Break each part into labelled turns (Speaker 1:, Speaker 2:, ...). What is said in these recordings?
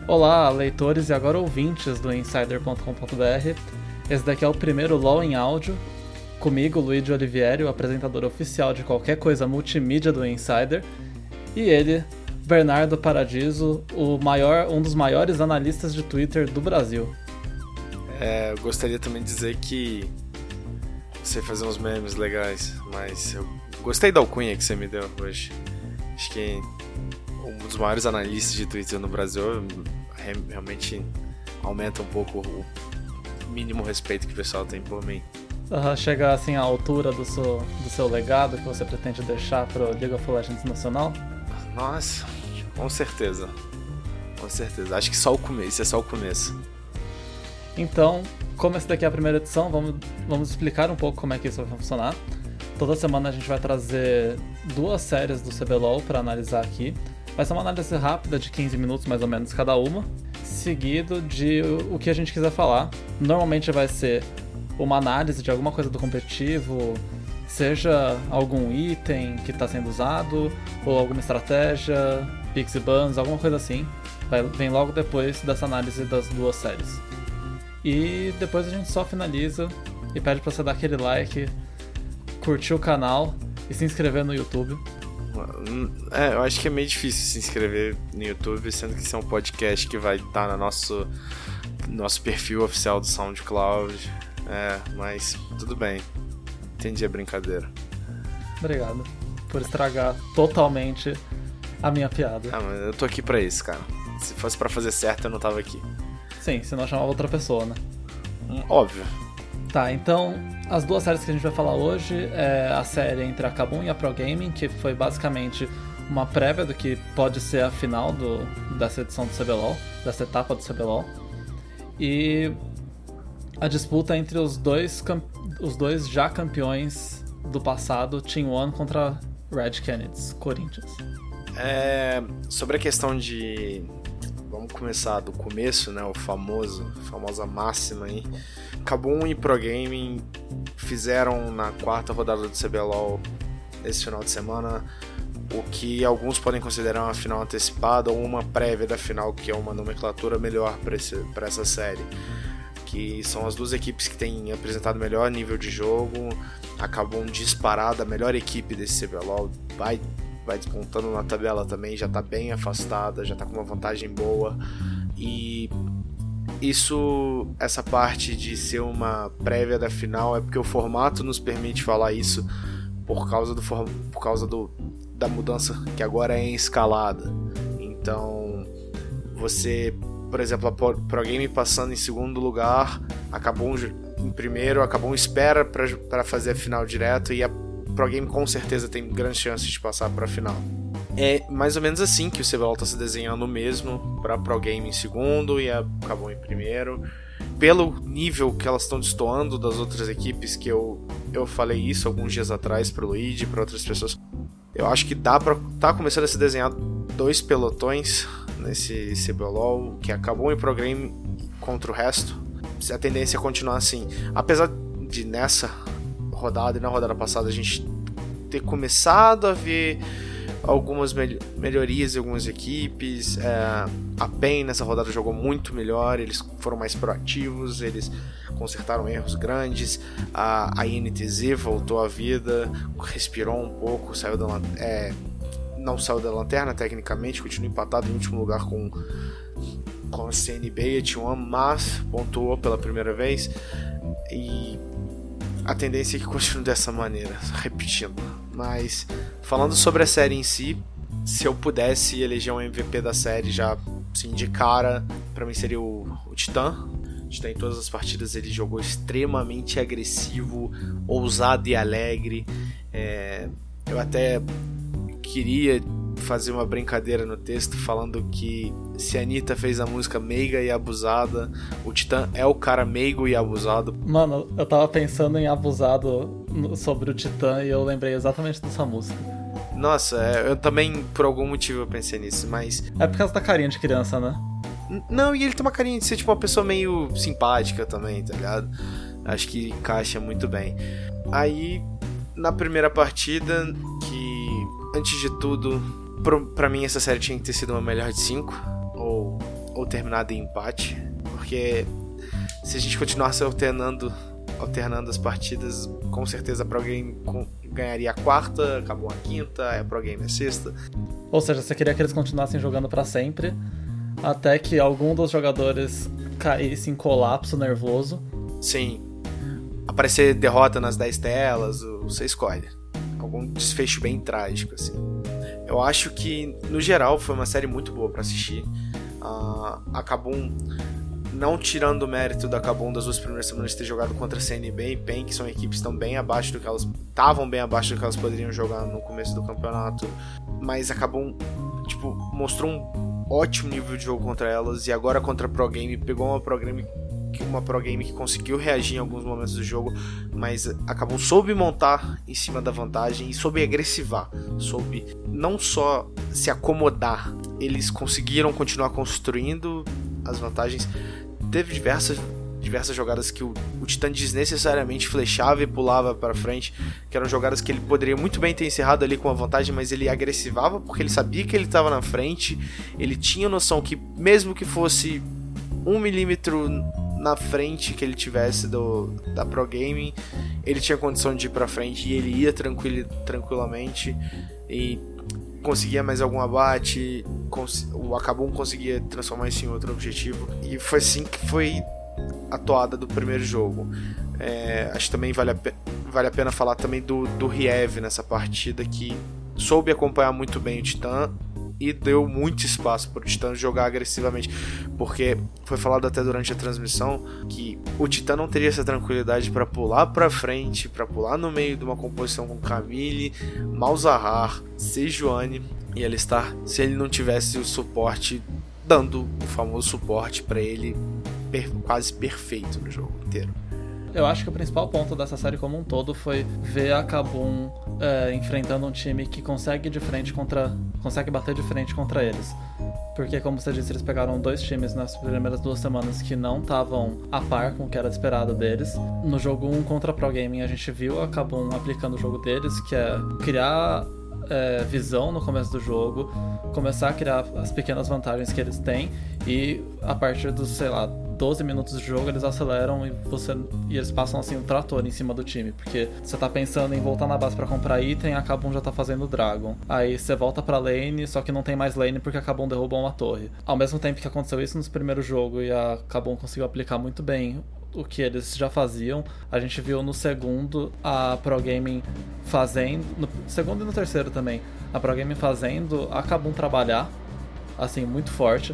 Speaker 1: Olá, leitores e agora ouvintes do Insider.com.br. Esse daqui é o primeiro LOL em áudio. Comigo, Luigi Olivieri, o apresentador oficial de qualquer coisa multimídia do Insider. E ele, Bernardo Paradiso, um dos maiores analistas de Twitter do Brasil.
Speaker 2: Eu gostaria também de dizer que você fazer uns memes legais, mas eu gostei da alcunha que você me deu hoje. Acho que um dos maiores analistas de Twitter no Brasil realmente aumenta um pouco o mínimo respeito que o pessoal tem por mim.
Speaker 1: Chega assim à altura do seu legado que você pretende deixar para o League of Legends Nacional?
Speaker 2: Nossa, com certeza. Com certeza. Acho que isso é só o começo.
Speaker 1: Então, como essa daqui é a primeira edição, vamos explicar um pouco como é que isso vai funcionar. Toda semana a gente vai trazer 2 séries do CBLOL para analisar aqui. Vai ser uma análise rápida de 15 minutos mais ou menos cada uma, seguido de o que a gente quiser falar. Normalmente vai ser uma análise de alguma coisa do competitivo, seja algum item que está sendo usado, ou alguma estratégia, picks e bans, alguma coisa assim. Vem logo depois dessa análise das 2 séries. E depois a gente só finaliza e pede para você dar aquele like, curtir o canal e se inscrever no YouTube.
Speaker 2: Eu acho que é meio difícil se inscrever no YouTube, sendo que isso é um podcast que vai estar no nosso perfil oficial do SoundCloud. Mas tudo bem. Entendi a brincadeira.
Speaker 1: Obrigado por estragar totalmente a minha piada.
Speaker 2: Mas eu tô aqui pra isso, cara. Se fosse pra fazer certo, eu não tava aqui.
Speaker 1: Sim, senão eu chamava outra pessoa, né?
Speaker 2: Óbvio.
Speaker 1: Tá, então as 2 séries que a gente vai falar hoje é a série entre a Kabum e a Pro Gaming, que foi basicamente uma prévia do que pode ser a final dessa edição do CBLOL, dessa etapa do CBLOL. E a disputa entre os dois já campeões do passado, Team One contra Red Canids, Corinthians.
Speaker 2: Sobre a questão de... Vamos começar do começo, né? A famosa máxima aí. Kabum e Pro Gaming fizeram na 4ª rodada do CBLOL esse final de semana o que alguns podem considerar uma final antecipada ou uma prévia da final, que é uma nomenclatura melhor para essa série. Que são as 2 equipes que têm apresentado melhor nível de jogo. A Kabum disparada, a melhor equipe desse CBLOL, vai despontando na tabela também, já está bem afastada, já está com uma vantagem boa. E essa parte de ser uma prévia da final é porque o formato nos permite falar isso por causa da mudança que agora é em escalada. Então, você, por exemplo, a Pro Game passando em segundo lugar, acabou em primeiro, acabou espera para fazer a final direto, e a Pro Game com certeza tem grandes chances de passar para a final. É mais ou menos assim que o CBLOL está se desenhando mesmo, para a Pro Game em segundo e a Kabum em primeiro. Pelo nível que elas estão destoando das outras equipes, que eu falei isso alguns dias atrás para o Luigi e para outras pessoas, eu acho que tá começando a se desenhar 2 pelotões nesse CBLOL, que é a Kabum e Pro Game contra o resto. A tendência é continuar assim, apesar de nessa rodada e na rodada passada a gente ter começado a ver algumas melhorias em algumas equipes. A PEN nessa rodada jogou muito melhor, eles foram mais proativos, eles consertaram erros grandes. A INTZ voltou à vida, respirou um pouco, não saiu da lanterna tecnicamente, continua empatado em último lugar com a CNB e a T1, mas pontuou pela primeira vez. E a tendência é que continue dessa maneira, repetindo. Mas, falando sobre a série em si, se eu pudesse eleger um MVP da série já, assim, de cara, pra mim seria o Titã. O Titã em todas as partidas ele jogou extremamente agressivo, ousado e alegre. Eu até queria fazer uma brincadeira no texto falando que se a Anitta fez a música Meiga e Abusada, o Titã é o cara meigo e abusado.
Speaker 1: Mano, eu tava pensando em Abusado sobre o Titã e eu lembrei exatamente dessa música.
Speaker 2: Nossa, eu também por algum motivo eu pensei nisso, mas...
Speaker 1: É por causa da carinha de criança, né?
Speaker 2: Não, e ele tem uma carinha de ser tipo uma pessoa meio simpática também, tá ligado? Acho que encaixa muito bem. Aí, na primeira partida, que antes de tudo, pra mim essa série tinha que ter sido uma melhor de 5, ou terminado em empate, porque se a gente continuasse alternando as partidas, com certeza a Pro Game ganharia a quarta, acabou a quinta, a Pro Game a sexta.
Speaker 1: Ou seja, você queria que eles continuassem jogando pra sempre, até que algum dos jogadores caísse em colapso nervoso.
Speaker 2: Sim. Aparecer derrota nas 10 telas, você escolhe. Algum desfecho bem trágico, assim. Eu acho que, no geral, foi uma série muito boa pra assistir. A Kabum, não tirando o mérito da Kabum das 2 primeiras semanas de ter jogado contra a CNB e PEN, que são equipes que estão bem abaixo do que elas estavam bem abaixo do que elas poderiam jogar no começo do campeonato, mas a Kabum mostrou um ótimo nível de jogo contra elas, e agora contra a Pro Game pegou uma Pro Game que conseguiu reagir em alguns momentos do jogo, mas a Kabum soube montar em cima da vantagem e soube agressivar, soube não só se acomodar, eles conseguiram continuar construindo as vantagens. Teve diversas jogadas que o Titã desnecessariamente flechava e pulava para frente, que eram jogadas que ele poderia muito bem ter encerrado ali com a vantagem, mas ele agressivava porque ele sabia que ele estava na frente, ele tinha noção que mesmo que fosse 1 milímetro na frente que ele tivesse da Pro Gaming, ele tinha condição de ir para frente e ele ia tranquilamente e conseguia mais algum abate, o Akabum conseguia transformar isso em outro objetivo, e foi assim que foi a toada do primeiro jogo. Acho que também vale a pena falar também do Riev nessa partida, que soube acompanhar muito bem o Titã e deu muito espaço para o Titã jogar agressivamente, porque foi falado até durante a transmissão que o Titã não teria essa tranquilidade para pular para frente, para pular no meio de uma composição com Camille, Malzahar, Sejuani e Alistar, se ele não tivesse o suporte, dando o famoso suporte para ele quase perfeito no jogo inteiro.
Speaker 1: Eu acho que o principal ponto dessa série como um todo foi ver a Kabum enfrentando um time que consegue bater de frente contra eles. Porque, como você disse, eles pegaram 2 times nas primeiras 2 semanas que não estavam a par com o que era esperado deles. No jogo 1 contra a Pro Gaming, a gente viu a Kabum aplicando o jogo deles, que é criar visão no começo do jogo, começar a criar as pequenas vantagens que eles têm, e a partir dos, 12 minutos de jogo eles aceleram e eles passam assim um trator em cima do time, porque você tá pensando em voltar na base pra comprar item, a Kabum já tá fazendo o Dragon, aí você volta pra lane, só que não tem mais lane porque a Kabum derrubou uma torre. Ao mesmo tempo que aconteceu isso no primeiro jogo e a Kabum conseguiu aplicar muito bem o que eles já faziam, a gente viu no segundo a Pro Gaming fazendo, no segundo e no terceiro também, a Pro Gaming fazendo a Kabum trabalhar assim muito forte.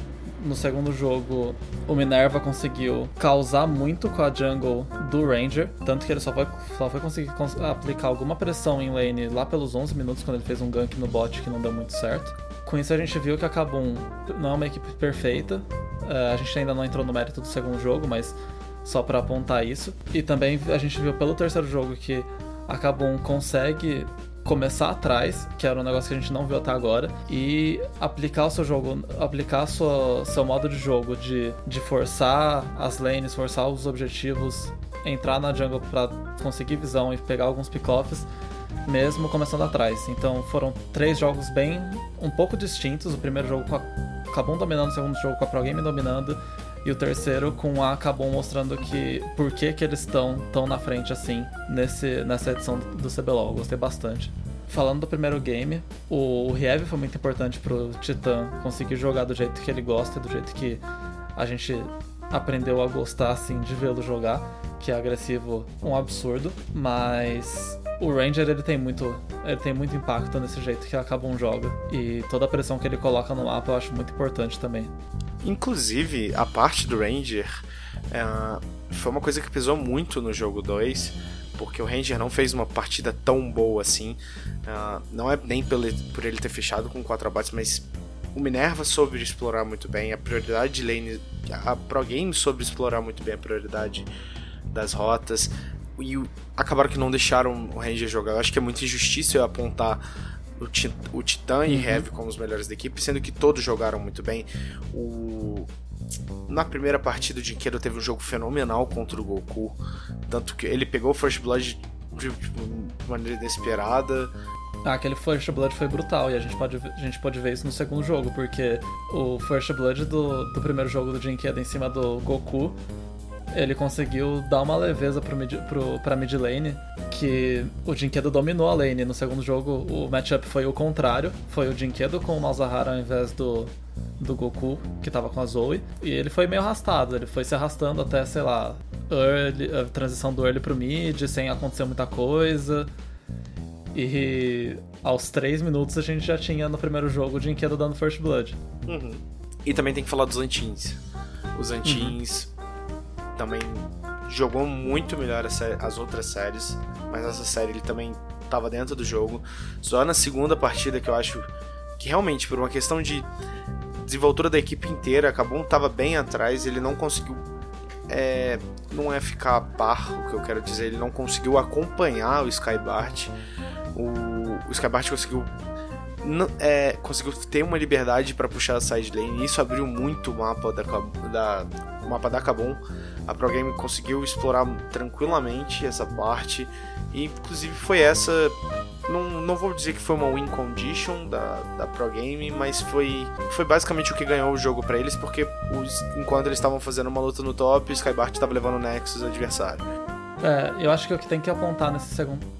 Speaker 1: No segundo jogo, o Minerva conseguiu causar muito com a jungle do Ranger, tanto que ele só foi conseguir aplicar alguma pressão em lane lá pelos 11 minutos, quando ele fez um gank no bot que não deu muito certo. Com isso a gente viu que a Kabum não é uma equipe perfeita, a gente ainda não entrou no mérito do segundo jogo, mas só pra apontar isso. E também a gente viu pelo terceiro jogo que a Kabum consegue começar atrás, que era um negócio que a gente não viu até agora, e aplicar o seu jogo, aplicar seu modo de jogo de forçar as lanes, forçar os objetivos, entrar na jungle pra conseguir visão e pegar alguns pick-offs, mesmo começando atrás. Então foram 3 jogos um pouco distintos, o primeiro jogo com a Kabum dominando, o segundo jogo com a Pro Game dominando, e o terceiro com a Kabum mostrando por que eles estão tão na frente assim nessa edição do CBLOL. Eu gostei bastante. Falando do primeiro game, o Riev foi muito importante pro Titã conseguir jogar do jeito que ele gosta, do jeito que a gente aprendeu a gostar assim de vê-lo jogar, que é agressivo, um absurdo, mas o Ranger ele tem muito impacto nesse jeito que a Kabum joga, e toda a pressão que ele coloca no mapa eu acho muito importante também.
Speaker 2: Inclusive, a parte do Ranger foi uma coisa que pesou muito no jogo 2, porque o Ranger não fez uma partida tão boa assim. Não é nem por ele ter fechado com 4 abates, mas o Minerva soube explorar muito bem a prioridade de lane, a Pro Game soube explorar muito bem a prioridade das rotas, e acabaram que não deixaram o Ranger jogar. Eu acho que é muita injustiça eu apontar o Titã e Heavy como os melhores da equipe, sendo que todos jogaram muito bem. Na primeira partida, o Jinkeiro teve um jogo fenomenal contra o Goku, tanto que ele pegou o First Blood de maneira inesperada,
Speaker 1: Aquele First Blood foi brutal, e a gente pode ver isso no segundo jogo, porque o First Blood do primeiro jogo do Jinkedo em cima do Goku, ele conseguiu dar uma leveza pra mid lane, que o Jinkedo dominou a lane. No segundo jogo, o matchup foi o contrário, foi o Jinkedo com o Malzahar ao invés do Goku, que tava com a Zoe, e ele foi meio arrastado, ele foi se arrastando até, sei lá, a transição do early pro mid, sem acontecer muita coisa. E aos 3 minutos a gente já tinha no primeiro jogo o Jinkedo dando First Blood.
Speaker 2: Uhum. E também tem que falar dos Antins. Os Antins também jogou muito melhor as outras séries, mas essa série ele também estava dentro do jogo. Só na segunda partida que eu acho que realmente, por uma questão de desenvoltura da equipe inteira, a Kabum estava bem atrás, ele não conseguiu... não é ficar a par, o que eu quero dizer, ele não conseguiu acompanhar o Skybart. O Skybart conseguiu ter uma liberdade para puxar a side lane, e isso abriu muito o mapa da Kabum. A Pro Game conseguiu explorar tranquilamente essa parte, e inclusive foi essa, não vou dizer que foi uma win condition da Pro Game, mas foi basicamente o que ganhou o jogo para eles, porque enquanto eles estavam fazendo uma luta no top, o Skybart estava levando o Nexus adversário.
Speaker 1: Eu acho que o que tem que apontar nesse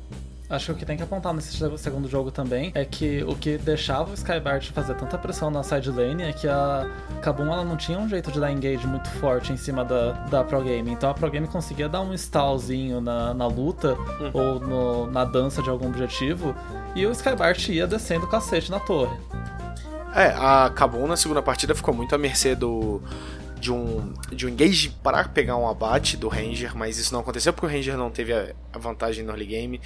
Speaker 1: segundo jogo também é que o que deixava o Skybart fazer tanta pressão na side lane é que a Kabum ela não tinha um jeito de dar engage muito forte em cima da Pro Game. Então a Pro Game conseguia dar um stallzinho na luta ou na dança de algum objetivo, e o Skybart ia descendo o cacete na torre.
Speaker 2: A Kabum na segunda partida ficou muito à mercê de um engage para pegar um abate do Ranger, mas isso não aconteceu porque o Ranger não teve a vantagem no early game.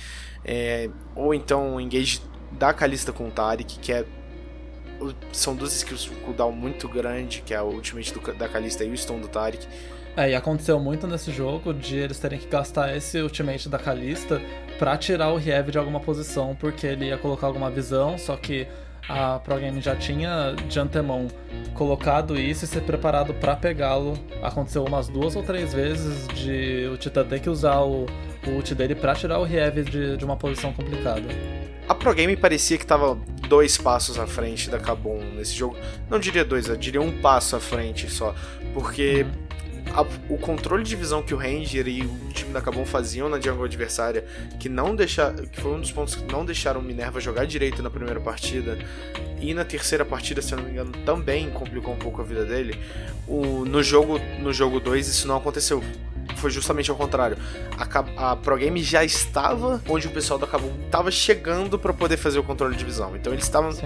Speaker 2: Ou então o engage da Kalista com o Taric, que são duas skills com cooldown muito grande, que é a ultimate da Kalista e o stun do Taric.
Speaker 1: E aconteceu muito nesse jogo de eles terem que gastar esse ultimate da Kalista pra tirar o Riev de alguma posição, porque ele ia colocar alguma visão, só que a Pro Game já tinha de antemão colocado isso e se preparado pra pegá-lo. Aconteceu umas 2 ou 3 vezes de o Titã ter que usar o ult dele pra tirar o Riev de uma posição complicada.
Speaker 2: A Pro Game parecia que tava 2 passos à frente da Kabum nesse jogo. Não diria 2, eu diria 1 passo à frente só, porque o controle de visão que o Ranger e o time da Kabum faziam na jungle adversária, que foi um dos pontos que não deixaram o Minerva jogar direito na primeira partida, e na terceira partida, se eu não me engano, também complicou um pouco a vida dele. No jogo 2 isso não aconteceu. Foi justamente ao contrário. A Pro Game já estava onde o pessoal da Kabum estava chegando para poder fazer o controle de visão. Então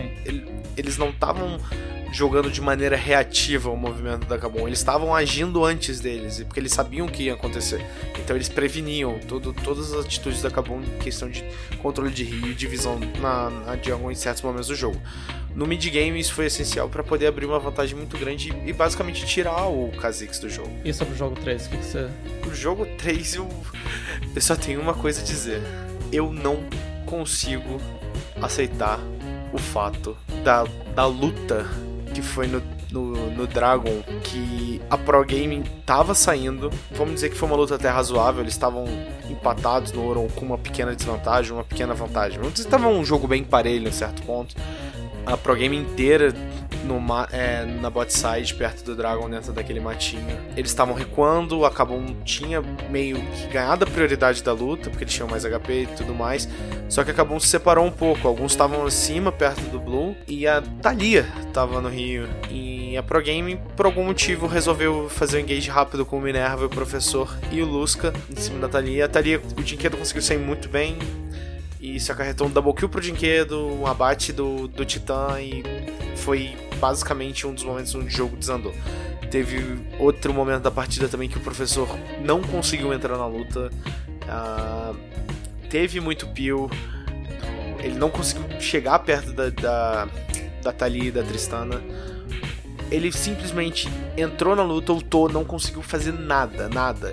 Speaker 2: eles não estavam jogando de maneira reativa o movimento da Kabum, eles estavam agindo antes deles, porque eles sabiam o que ia acontecer. Então eles preveniam todas as atitudes da Kabum em questão de controle de rio e de visão na jungle em certos momentos do jogo. No mid-game isso foi essencial para poder abrir uma vantagem muito grande e basicamente tirar o Kha'Zix do jogo.
Speaker 1: E sobre o jogo 3, o que você...
Speaker 2: O jogo 3 eu só tenho uma coisa a dizer. Eu não consigo aceitar o fato da luta que foi no Dragon, que a Pro Gaming tava saindo. Vamos dizer que foi uma luta até razoável, eles estavam empatados no Oron com uma pequena desvantagem, uma pequena vantagem. Vamos dizer que estava um jogo bem parelho em certo ponto. A Pro Gaming inteira na bot side, perto do Dragon, dentro daquele matinho. Eles estavam recuando, a Kabum tinha meio que ganhado a prioridade da luta, porque eles tinham mais HP e tudo mais. Só que a Kabum se separou um pouco. Alguns estavam acima, perto do Blue, e a Thalia estava no Rio. E a Pro Game, por algum motivo, resolveu fazer um engage rápido com o Minerva, o Professor e o Lusca em cima da Thalia. A Thalia, o Jinkedo conseguiu sair muito bem, e isso acarretou um double kill pro Jinkedo, um abate do Titã, e foi basicamente um dos momentos onde o jogo desandou. Teve outro momento da partida também que o Professor não conseguiu entrar na luta, teve muito peel, ele não conseguiu chegar perto da Thalia e da Tristana. Ele simplesmente entrou na luta, ultou, não conseguiu fazer nada,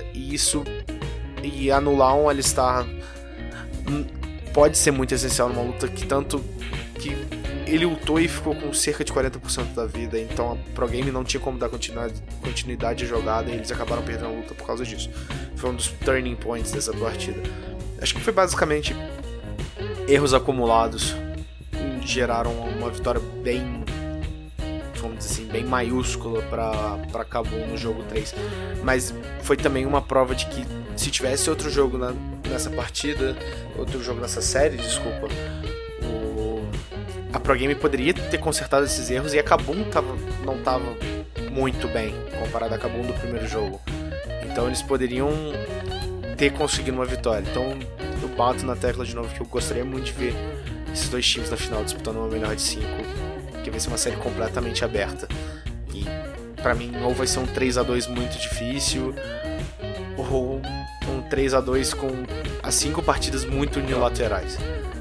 Speaker 2: e anular um Alistar pode ser muito essencial numa luta que ele ultou e ficou com cerca de 40% da vida, então a Pro Game não tinha como dar continuidade à jogada, e eles acabaram perdendo a luta por causa disso. Foi um dos turning points dessa partida. Acho que foi basicamente erros acumulados geraram uma vitória bem, vamos dizer assim, bem maiúscula para Kabum no jogo 3. Mas foi também uma prova de que se tivesse outro jogo nessa partida, outro jogo nessa série, desculpa, a Pro Game poderia ter consertado esses erros, e a Kabum não estava muito bem comparado a Kabum do primeiro jogo. Então eles poderiam ter conseguido uma vitória. Então eu bato na tecla de novo que eu gostaria muito de ver esses dois times na final disputando uma melhor de 5, que vai ser uma série completamente aberta. E pra mim ou vai ser um 3-2 muito difícil, ou um 3-2 com as 5 partidas muito unilaterais.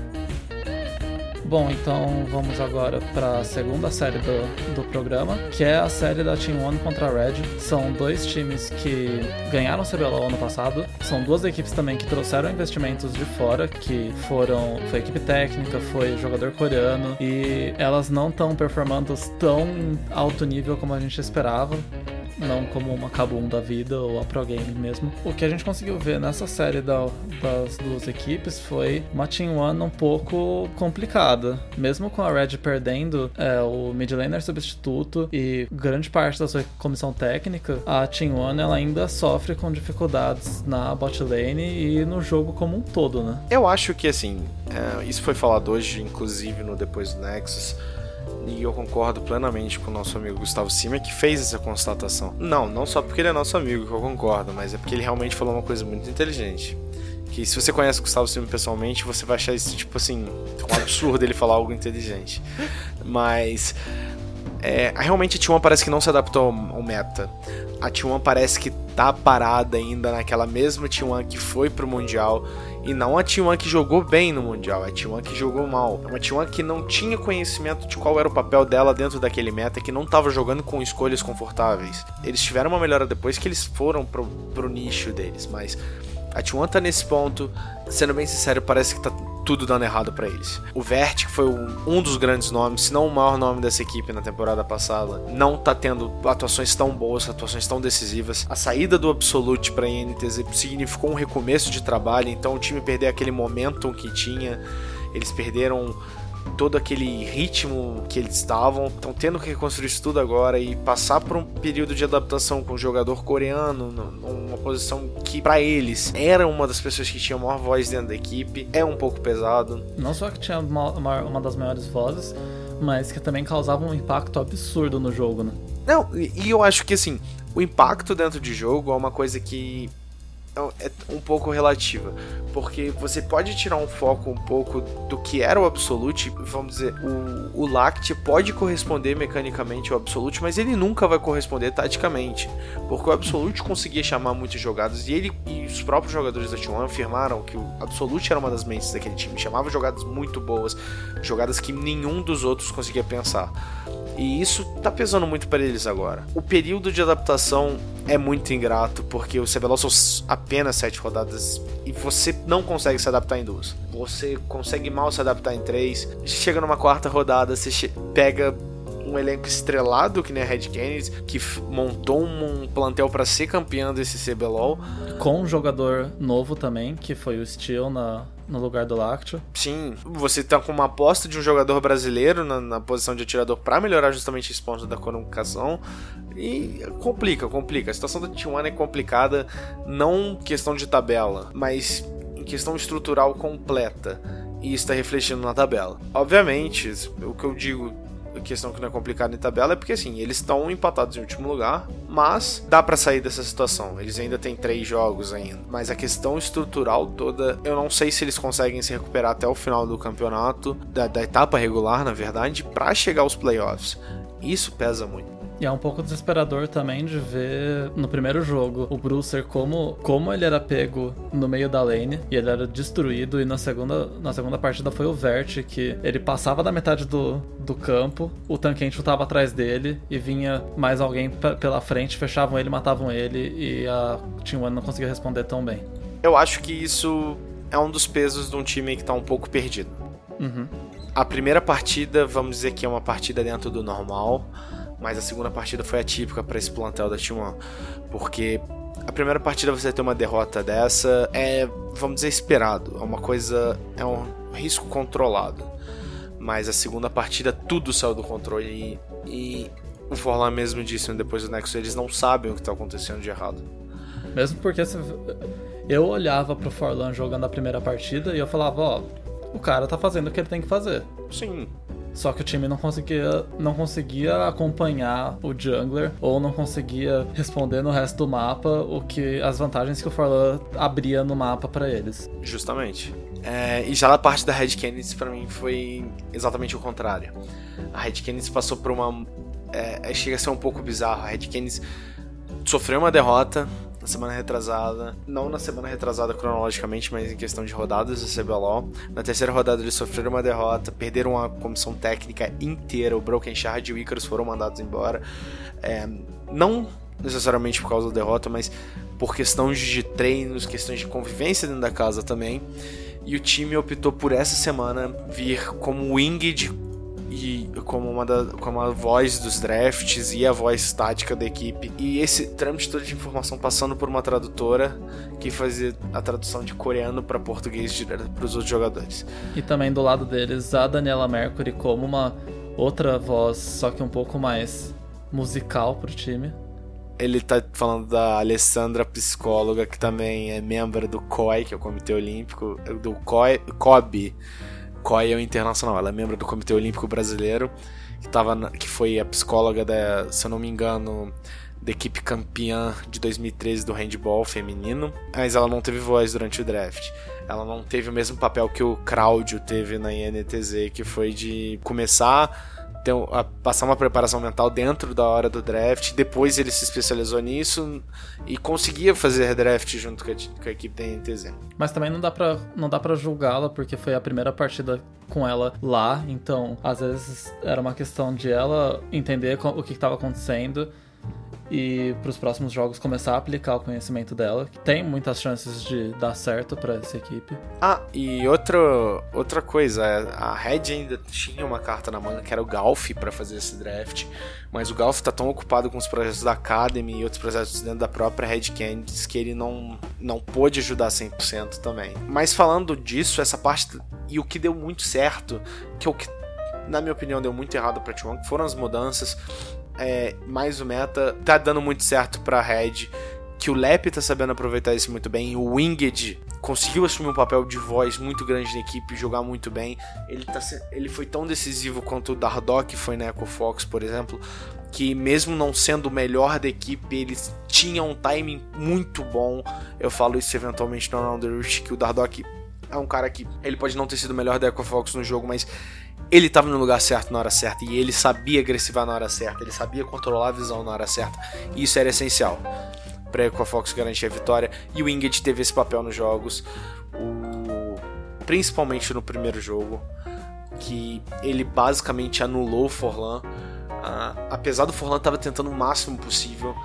Speaker 1: Bom, então vamos agora para a segunda série do programa, que é a série da Team One contra a Red. São dois times que ganharam o CBLOL ano passado. São duas equipes também que trouxeram investimentos de fora, que foi equipe técnica, foi jogador coreano, e elas não estão performando tão alto nível como a gente esperava. Não como uma Kabum da vida ou a Pro Game mesmo. O que a gente conseguiu ver nessa série das duas equipes foi uma Team One um pouco complicada. Mesmo com a Red perdendo o mid laner substituto e grande parte da sua comissão técnica, a Team One ela ainda sofre com dificuldades na bot lane e no jogo como um todo, né?
Speaker 2: Eu acho que assim, isso foi falado hoje, inclusive no Depois do Nexus, e eu concordo plenamente com o nosso amigo Gustavo Sima, que fez essa constatação. Não só porque ele é nosso amigo que eu concordo, mas é porque ele realmente falou uma coisa muito inteligente. Que se você conhece o Gustavo Sima pessoalmente, você vai achar isso, tipo assim, um absurdo ele falar algo inteligente. Mas realmente a T1 parece que não se adaptou ao meta. A T1 parece que tá parada ainda naquela mesma T1 que foi pro Mundial, e não a T1 que jogou bem no Mundial, a T1 que jogou mal. Uma T1 que não tinha conhecimento de qual era o papel dela dentro daquele meta, que não estava jogando com escolhas confortáveis. Eles tiveram uma melhora depois que eles foram pro nicho deles, mas a T1 tá nesse ponto, sendo bem sincero, parece que tá tudo dando errado pra eles. O Vert, que foi um dos grandes nomes, se não o maior nome dessa equipe na temporada passada, não tá tendo atuações tão boas, atuações tão decisivas. A saída do Absolute pra INTZ significou um recomeço de trabalho, então o time perdeu aquele momentum que tinha, eles perderam todo aquele ritmo que eles estavam, estão tendo que reconstruir isso tudo agora e passar por um período de adaptação com um jogador coreano numa posição que pra eles era uma das pessoas que tinha a maior voz dentro da equipe, é um pouco pesado.
Speaker 1: Não só que tinha uma das maiores vozes, mas que também causava um impacto absurdo no jogo, né?
Speaker 2: Não, e eu acho que assim, o impacto dentro de jogo é uma coisa que é um pouco relativa, porque você pode tirar um foco um pouco do que era o Absolute, vamos dizer, o Lact pode corresponder mecanicamente ao Absolute, mas ele nunca vai corresponder taticamente, porque o Absolute conseguia chamar muitas jogadas, e os próprios jogadores da T1 afirmaram que o Absolute era uma das mentes daquele time, chamava jogadas muito boas, jogadas que nenhum dos outros conseguia pensar. E isso tá pesando muito para eles agora. O período de adaptação é muito ingrato, porque o CBLOL são apenas 7 rodadas e você não consegue se adaptar em 2. Você consegue mal se adaptar em 3. Chega numa 4ª rodada, você pega um elenco estrelado que nem a Red Canids, que montou um plantel para ser campeão desse CBLOL.
Speaker 1: Com um jogador novo também, que foi o Steel no lugar do Lactio.
Speaker 2: Sim, você tá com uma aposta de um jogador brasileiro na posição de atirador para melhorar justamente esse ponto da comunicação. E complica. A situação da T1 é complicada, não questão de tabela, mas em questão estrutural completa. E isso está refletindo na tabela. Obviamente, o que eu digo, a questão que não é complicada em tabela é porque assim, eles estão empatados em último lugar, mas dá pra sair dessa situação. Eles ainda têm 3 jogos ainda, mas a questão estrutural toda, eu não sei se eles conseguem se recuperar até o final do campeonato, da etapa regular, na verdade, pra chegar aos playoffs. Isso pesa muito.
Speaker 1: E é um pouco desesperador também de ver no primeiro jogo o Bruiser como ele era pego no meio da lane e ele era destruído, e na segunda partida foi o Vert, que ele passava da metade do campo, o Tankente estava atrás dele e vinha mais alguém pela frente, fechavam ele, matavam ele, e a Team One não conseguia responder tão bem.
Speaker 2: Eu acho que isso é um dos pesos de um time que tá um pouco perdido.
Speaker 1: Uhum.
Speaker 2: A primeira partida, vamos dizer que é uma partida dentro do normal, mas a segunda partida foi atípica para esse plantel da T1, porque a primeira partida você ter uma derrota dessa é, vamos dizer, esperado, é um risco controlado, Mas a segunda partida tudo saiu do controle e o Forlan mesmo disse depois do Nexus, eles não sabem o que tá acontecendo de errado.
Speaker 1: Mesmo porque eu olhava pro Forlan jogando a primeira partida e eu falava, o cara tá fazendo o que ele tem que fazer.
Speaker 2: Sim.
Speaker 1: Só que o time não conseguia acompanhar o jungler ou não conseguia responder no resto do mapa as vantagens que o Forlan abria no mapa pra eles.
Speaker 2: Justamente. E já na parte da Red Canids, pra mim, foi exatamente o contrário. A Red Canids passou por uma... chega a ser um pouco bizarro. A Red Canids sofreu uma derrota na semana retrasada. Não na semana retrasada cronologicamente, mas em questão de rodadas do CBLOL. Na terceira rodada eles sofreram uma derrota, perderam a comissão técnica inteira. O Broken Shard e o Icarus foram mandados embora. Não necessariamente por causa da derrota, mas por questões de treinos, questões de convivência dentro da casa também. E o time optou por essa semana vir como winged e como a voz dos drafts e a voz tática da equipe. E esse trâmite todo de informação passando por uma tradutora que fazia a tradução de coreano para português direto para os outros jogadores.
Speaker 1: E também do lado deles a Daniela Mercury como uma outra voz, só que um pouco mais musical pro time.
Speaker 2: Ele tá falando da Alessandra, psicóloga, que também é membro do COI, que é o Comitê Olímpico, do COB. COI é o internacional, ela é membro do Comitê Olímpico Brasileiro, que foi a psicóloga se eu não me engano, da equipe campeã de 2013 do handball feminino, mas ela não teve voz durante o draft. Ela não teve o mesmo papel que o Claudio teve na INTZ, que foi de começar a passar uma preparação mental dentro da hora do draft. Depois ele se especializou nisso e conseguia fazer draft junto com a equipe da INTZ.
Speaker 1: Mas também não dá pra julgá-la, porque foi a primeira partida com ela lá, então às vezes era uma questão de ela entender o que estava acontecendo e para os próximos jogos começar a aplicar o conhecimento dela. Tem muitas chances de dar certo para essa equipe.
Speaker 2: E outra coisa, a Red ainda tinha uma carta na manga que era o Galf para fazer esse draft, mas o Galf tá tão ocupado com os projetos da Academy e outros projetos dentro da própria Red Canids que ele não pôde ajudar 100% também. Mas falando disso, essa parte e o que deu muito certo, que é o que na minha opinião deu muito errado pra T1, que foram as mudanças. Mais o meta tá dando muito certo pra Red, que o Lep tá sabendo aproveitar isso muito bem. O Winged conseguiu assumir um papel de voz muito grande na equipe, jogar muito bem. Ele foi tão decisivo quanto o Dardock foi na Echo Fox, por exemplo, que mesmo não sendo o melhor da equipe, eles tinham um timing muito bom. Eu falo isso eventualmente no Around the Rush, que o Dardock é um cara que ele pode não ter sido o melhor da Echo Fox no jogo, mas ele estava no lugar certo na hora certa e ele sabia agressivar na hora certa, ele sabia controlar a visão na hora certa, e isso era essencial para a Echo Fox garantir a vitória. E o Winged teve esse papel nos jogos, principalmente no primeiro jogo, que ele basicamente anulou o Forlan. Apesar do Forlan estava tentando o máximo possível.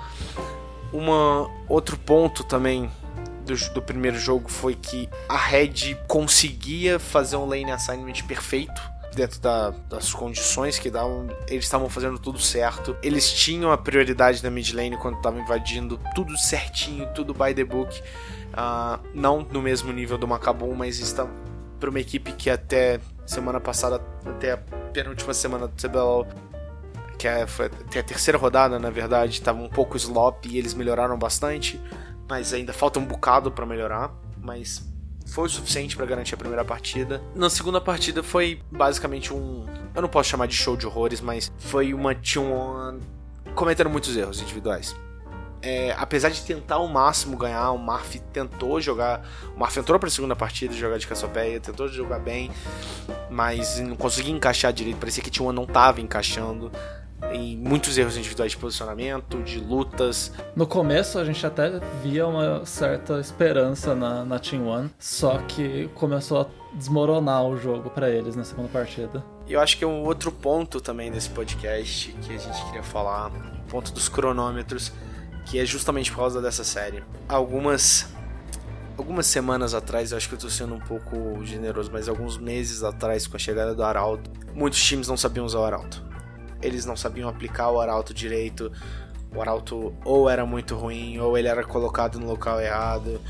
Speaker 2: Outro ponto também do primeiro jogo foi que a Red conseguia fazer um lane assignment perfeito dentro das condições que davam. Eles estavam fazendo tudo certo, eles tinham a prioridade na mid lane quando estavam invadindo, tudo certinho, tudo by the book. Não no mesmo nível do Macabum, mas está para uma equipe que até semana passada, até a penúltima semana do CBLOL, foi até a terceira rodada, na verdade, estava um pouco slop e eles melhoraram bastante, mas ainda falta um bocado para melhorar, mas foi o suficiente para garantir a primeira partida. Na segunda partida foi basicamente eu não posso chamar de show de horrores, mas foi uma T1 cometendo muitos erros individuais. Apesar de tentar ao máximo ganhar, o Marf entrou para a segunda partida jogar de Cassiopeia, tentou jogar bem, mas não conseguia encaixar direito, parecia que T1 não estava encaixando. Em muitos erros individuais de posicionamento, de lutas.
Speaker 1: No começo a gente até via uma certa esperança na Team One, só que começou a desmoronar o jogo pra eles na segunda partida.
Speaker 2: E eu acho que é um outro ponto também desse podcast que a gente queria falar, o ponto dos cronômetros, que é justamente por causa dessa série. Algumas semanas atrás, eu acho que eu tô sendo um pouco generoso, mas alguns meses atrás, com a chegada do Arauto, muitos times não sabiam usar o Arauto. Eles não sabiam aplicar o Arauto direito. O Arauto ou era muito ruim, ou ele era colocado no local errado,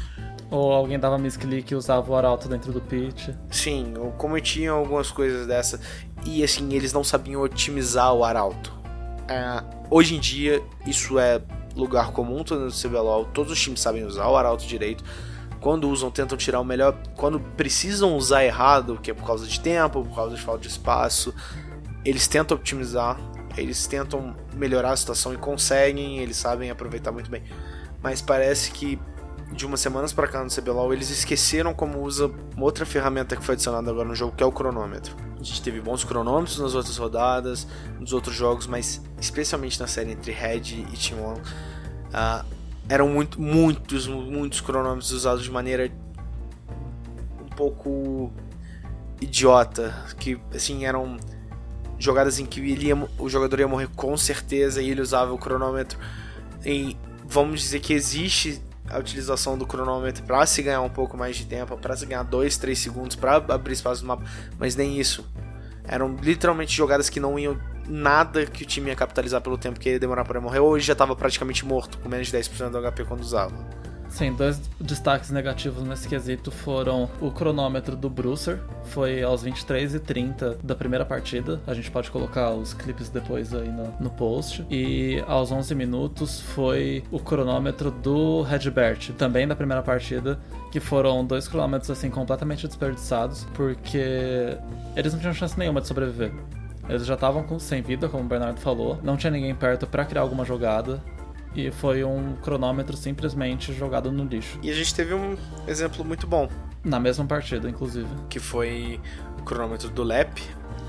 Speaker 1: Ou alguém dava misclick e usava o arauto dentro do pitch.
Speaker 2: Sim, cometiam algumas coisas dessa. E assim, eles não sabiam otimizar o arauto. Hoje em dia, isso é lugar comum no CBLOL. Todos os times sabem usar o arauto direito. Quando usam, tentam tirar o melhor. Quando precisam usar errado, que é por causa de tempo, por causa de falta de espaço, eles tentam otimizar. Eles tentam melhorar a situação e conseguem. Eles sabem aproveitar muito bem. Mas parece que de umas semanas pra cá no CBLOL, eles esqueceram como usa uma outra ferramenta que foi adicionada agora no jogo, que é o cronômetro. A gente teve bons cronômetros nas outras rodadas, nos outros jogos, mas especialmente na série entre Red e T1, eram muitos cronômetros usados de maneira um pouco idiota, que assim, eram jogadas em que o jogador ia morrer com certeza e ele usava o cronômetro. E vamos dizer que existe a utilização do cronômetro para se ganhar um pouco mais de tempo, para se ganhar 2-3 segundos, para abrir espaço no mapa, mas nem isso. Eram literalmente jogadas que não iam nada que o time ia capitalizar pelo tempo que ia demorar para morrer, ou ele já estava praticamente morto, com menos de 10% do HP quando usava.
Speaker 1: Sim, 2 destaques negativos nesse quesito foram o cronômetro do Bruiser, foi aos 23h30 da primeira partida, a gente pode colocar os clipes depois aí no post, e aos 11 minutos foi o cronômetro do Redbert, também da primeira partida, que foram 2 cronômetros assim completamente desperdiçados, porque eles não tinham chance nenhuma de sobreviver. Eles já estavam sem vida, como o Bernardo falou, não tinha ninguém perto para criar alguma jogada, e foi um cronômetro simplesmente jogado no lixo.
Speaker 2: E a gente teve um exemplo muito bom.
Speaker 1: Na mesma partida, inclusive.
Speaker 2: Que foi o cronômetro do Lep.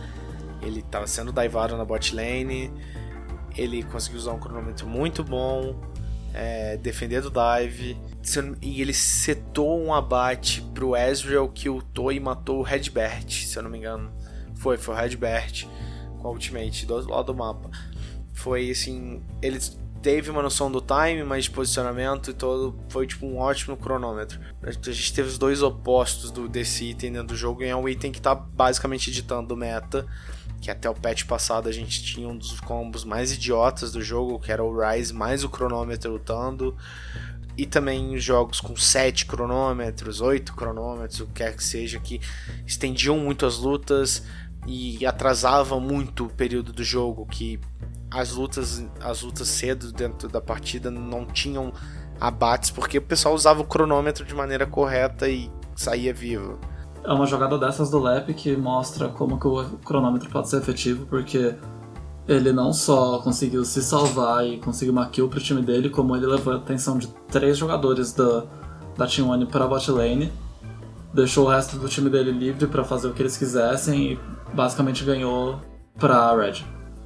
Speaker 2: Ele estava sendo divado na bot lane. Ele conseguiu usar um cronômetro muito bom. Defender do dive. E ele setou um abate pro Ezreal que ultou e matou o Redbert, se eu não me engano. Foi o Redbert com a ultimate do outro lado do mapa. Foi assim... Eles teve uma noção do time, mas de posicionamento e todo, foi tipo um ótimo cronômetro. A gente teve os dois opostos desse item dentro do jogo, e é um item que tá basicamente ditando o meta, que até o patch passado a gente tinha um dos combos mais idiotas do jogo, que era o Ryze mais o cronômetro lutando, e também jogos com 7 cronômetros, 8 cronômetros, o que quer que seja, que estendiam muito as lutas e atrasavam muito o período do jogo, que as lutas cedo dentro da partida não tinham abates, porque o pessoal usava o cronômetro de maneira correta e saía vivo.
Speaker 1: É uma jogada dessas do Lep que mostra como que o cronômetro pode ser efetivo, porque ele não só conseguiu se salvar e conseguiu uma kill pro time dele, como ele levou a atenção de 3 jogadores da T1 pra bot lane, deixou o resto do time dele livre pra fazer o que eles quisessem e basicamente ganhou pra Red.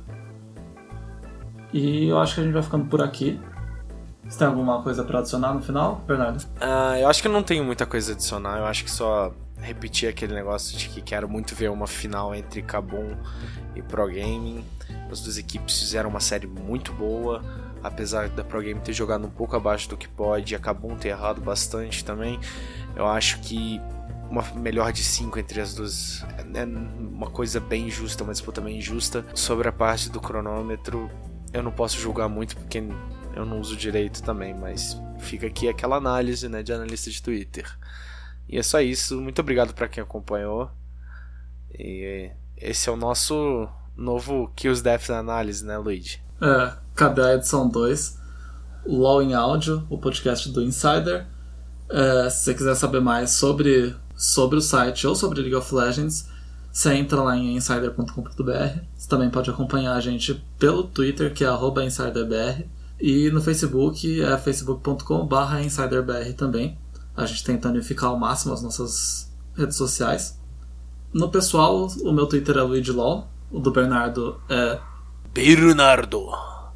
Speaker 1: E eu acho que a gente vai ficando por aqui. Você tem alguma coisa pra adicionar no final, Bernardo?
Speaker 2: Eu acho que eu não tenho muita coisa a adicionar. Eu acho que só repetir aquele negócio de que quero muito ver uma final entre Kabum e Pro Gaming. As duas equipes fizeram uma série muito boa, apesar da Pro Gaming ter jogado um pouco abaixo do que pode e a Kabum ter errado bastante também. Eu acho que uma melhor de 5 entre as duas é uma coisa bem justa, uma disputa bem injusta. Sobre a parte do cronômetro, eu não posso julgar muito porque eu não uso direito também, mas fica aqui aquela análise, né, de analista de Twitter. E é só isso, muito obrigado para quem acompanhou. E esse é o nosso novo Kills Death Análise, né, Luigi?
Speaker 1: Cadê a edição 2? LOL em áudio, o podcast do Insider. Se você quiser saber mais sobre o site ou sobre League of Legends, você entra lá em insider.com.br. Você também pode acompanhar a gente pelo Twitter, que é @insiderbr, e no Facebook é facebook.com/insiderbr também. A gente tentando unificar ao máximo as nossas redes sociais. No pessoal, o meu Twitter é LuigiLol, o do Bernardo é
Speaker 2: Bernardo.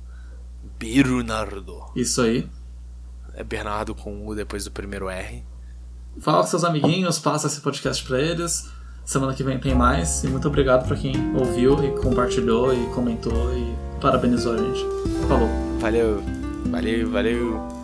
Speaker 1: Isso aí.
Speaker 2: É Bernardo com U depois do primeiro R.
Speaker 1: Fala com seus amiguinhos, passa esse podcast pra eles. Semana que vem tem mais. E muito obrigado pra quem ouviu e compartilhou e comentou e parabenizou a gente. Falou.
Speaker 2: Valeu.